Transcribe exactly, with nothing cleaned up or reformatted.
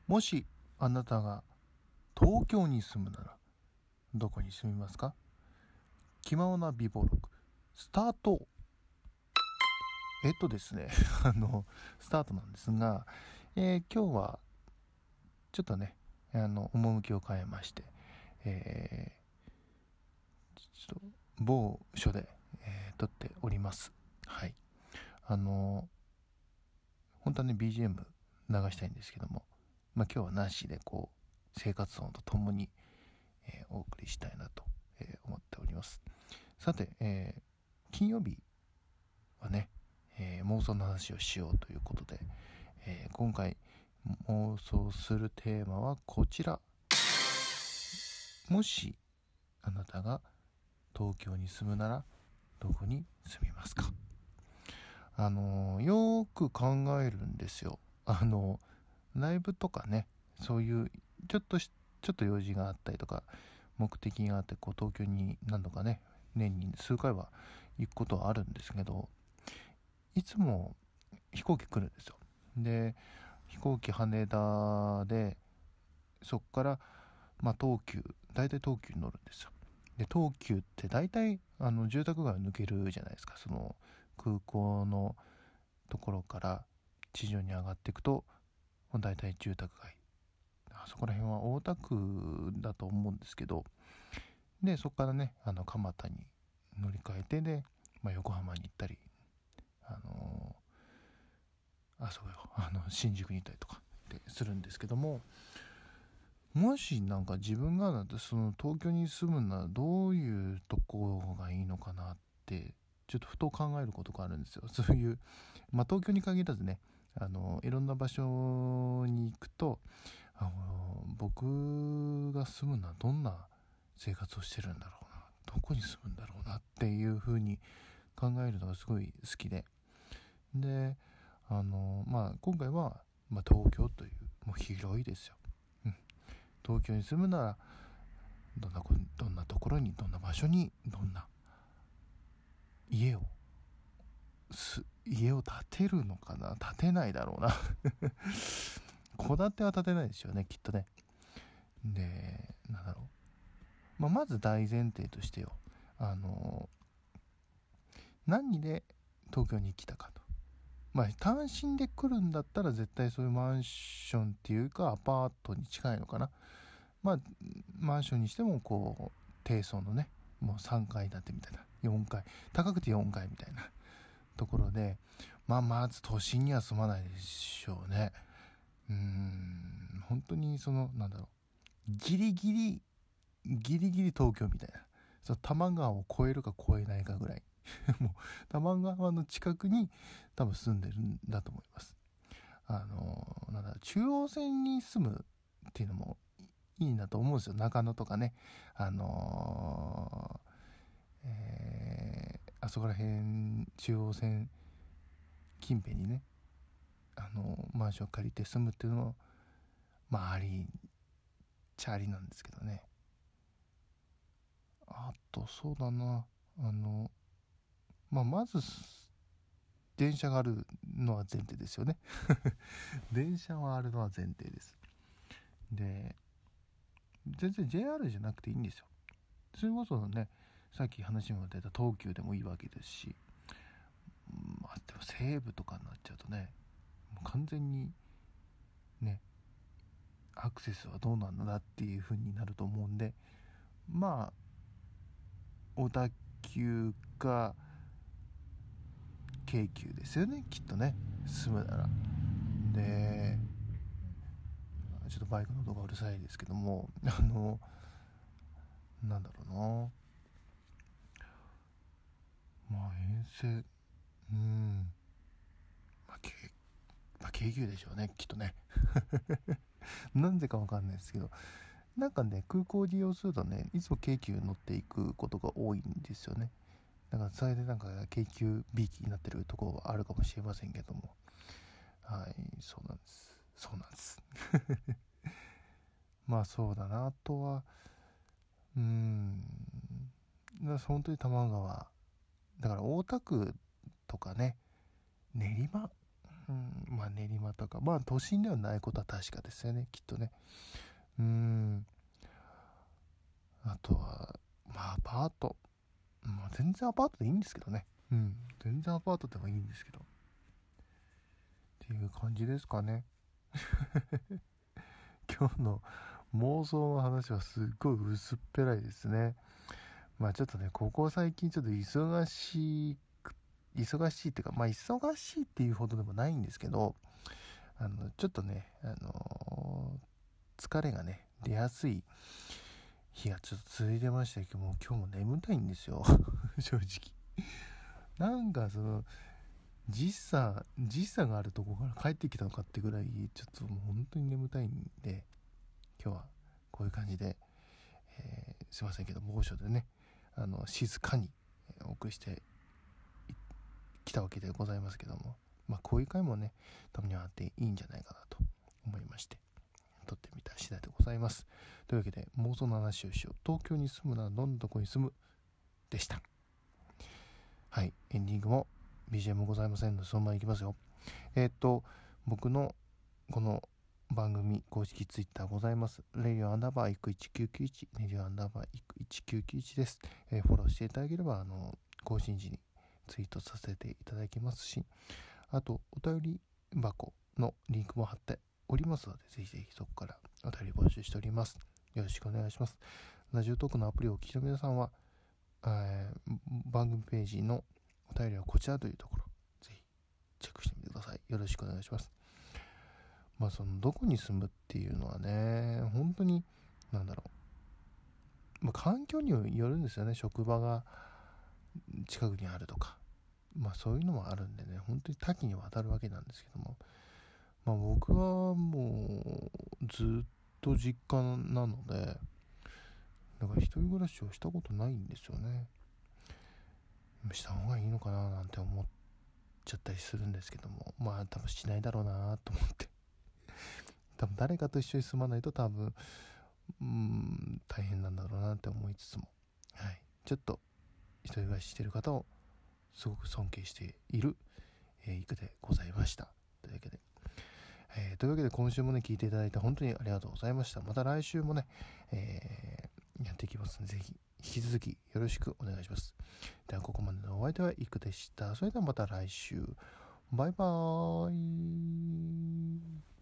もしあなたが東京に住むならどこに住みますか？気ままな美貌録スタート。えっとですねあのスタートなんですが、えー今日はちょっとねあの趣を変えまして、えーちょっと某所で、えー撮っております。はい。あの本当はね ビージーエム 流したいんですけども、まあ今日はなしでこう生活音とともに、えーお送りしたいなと、えー思っております。さて、えー金曜日はね、えー妄想の話をしようということで、えー今回妄想するテーマはこちら。もしあなたが東京に住むならどこに住みますか？あのー、よーく考えるんですよ。あのライブとかね、そういうちょっとしちょっと用事があったりとか目的があってこう東京に何度かね年に数回は行くことはあるんですけど、いつも飛行機来るんですよ。で飛行機羽田でそこからまあ東急、大体東急に乗るんですよ。で東急って大体あの住宅街を抜けるじゃないですか。その空港のところから地上に上がっていくと大体住宅街、あそこら辺は大田区だと思うんですけど、でそこからねあの蒲田に乗り換えてで、まあ、横浜に行ったり、あのー、あそうよあの新宿に行ったりとかするんですけども、もしなんか自分がだってその東京に住むならどういうとこがいいのかなってちょっとふと考えることがあるんですよ。そういうまあ東京に限らずね、あのいろんな場所に行くと、あの僕が住むのはどんな生活をしてるんだろうな、どこに住むんだろうなっていう風に考えるのがすごい好きで、であのまあ今回は、まあ、東京というもう広いですよ。東京に住むならどんなこどんなところにどんな場所にどんな家をす家を建てるのかな、建てないだろうな戸建ては建てないですよねきっとね。でなんだろう、まあ、まず大前提としてよ、あの何で東京に来たかと。まあ単身で来るんだったら絶対そういうマンションっていうかアパートに近いのかな。まあマンションにしてもこう低層のねもうさんかい建てみたいな、よんかい高くてよんかいみたいなところで、まあまず都心には住まないでしょうね。うーん本当にそのなんだろう、ギリギリギリギリ東京みたいな、その多摩川を越えるか越えないかぐらいもう多摩川の近くに多分住んでるんだと思います。あのなんだ中央線に住むっていうのもいいなと思うんですよ。中野とかね、あのー、えー、あそこら辺中央線近辺にね、あのー、マンション借りて住むっていうのもまあありっちゃありなんですけどね。あとそうだな、あのまあまず電車があるのは前提ですよね電車はあるのは前提です。で全然 ジェイアール じゃなくていいんですよ。それこそねさっき話にも出た東急でもいいわけですし、まあでも西武とかになっちゃうとねもう完全にねアクセスはどうなんだっていう風になると思うんで、まあ小田急か京急ですよねきっとね住むなら。でちょっとバイクの音がうるさいですけども、あのなんだろうな、まあ遠征うん、まあ、京まあ、京急でしょうねきっとねなんでかわかんないですけど、なんかね空港利用するとねいつも京急乗っていくことが多いんですよね。だからそれでなんか京急 B 機になってるところはあるかもしれませんけども、はいそうなんですそうなんですまあそうだな、あとはうーんだ本当に多摩川だから大田区とかね練馬、 うん、まあ練馬とか、まあ都心ではないことは確かですよね、きっとね。うーん。あとは、まあアパート。まあ全然アパートでいいんですけどね。うん。全然アパートでもいいんですけど。っていう感じですかね。今日の妄想の話はすっごい薄っぺらいですね。まあちょっとね、ここ最近ちょっと忙しく、忙しいっていうか、まあ忙しいっていうほどでもないんですけど、あの、ちょっとね、あのー、疲れがね、出やすい日がちょっと続いてましたけども、今日も眠たいんですよ。正直。なんかその、時差、時差があるとこから帰ってきたのかってぐらい、ちょっともう本当に眠たいんで、今日はこういう感じで、えー、すいませんけど猛暑でね、あの静かにお送りしてきたわけでございますけども、まあこういう回もねたまにはあっていいんじゃないかなと思いまして撮ってみた次第でございます。というわけで妄想の話をしよう。東京に住むならどんなとこに住むでした。はい、エンディングも ビージーエム ございませんのでそのままいきますよ。えー、っと僕のこの番組公式ツイッターございます。レディオアンダーバーイクいちきゅうきゅういち、レディオアンダーバーイクいちきゅうきゅういちです。えー、フォローしていただければ、あの、更新時にツイートさせていただきますし、あと、お便り箱のリンクも貼っておりますので、ぜひぜひそこからお便り募集しております。よろしくお願いします。ラジオトークのアプリをお聞きの皆さんは、えー、番組ページのお便りはこちらというところ、ぜひチェックしてみてください。よろしくお願いします。まあそのどこに住むっていうのはね、本当になんだろう、まあ環境によるんですよね。職場が近くにあるとか、まあそういうのもあるんでね、本当に多岐にわたるわけなんですけども、まあ僕はもうずっと実家なので、だから一人暮らしをしたことないんですよね。した方がいいのかななんて思っちゃったりするんですけども、まあ多分しないだろうなと思って。多分誰かと一緒に住まないと多分うーん大変なんだろうなって思いつつも、はい、ちょっと一人暮らししている方をすごく尊敬している、えー、いくでございました。というわけで、えー、というわけで今週もね聞いていただいて本当にありがとうございました。また来週もね、えー、やっていきますのでぜひ引き続きよろしくお願いします。ではここまでのお相手はいくでした。それではまた来週、バイバーイ。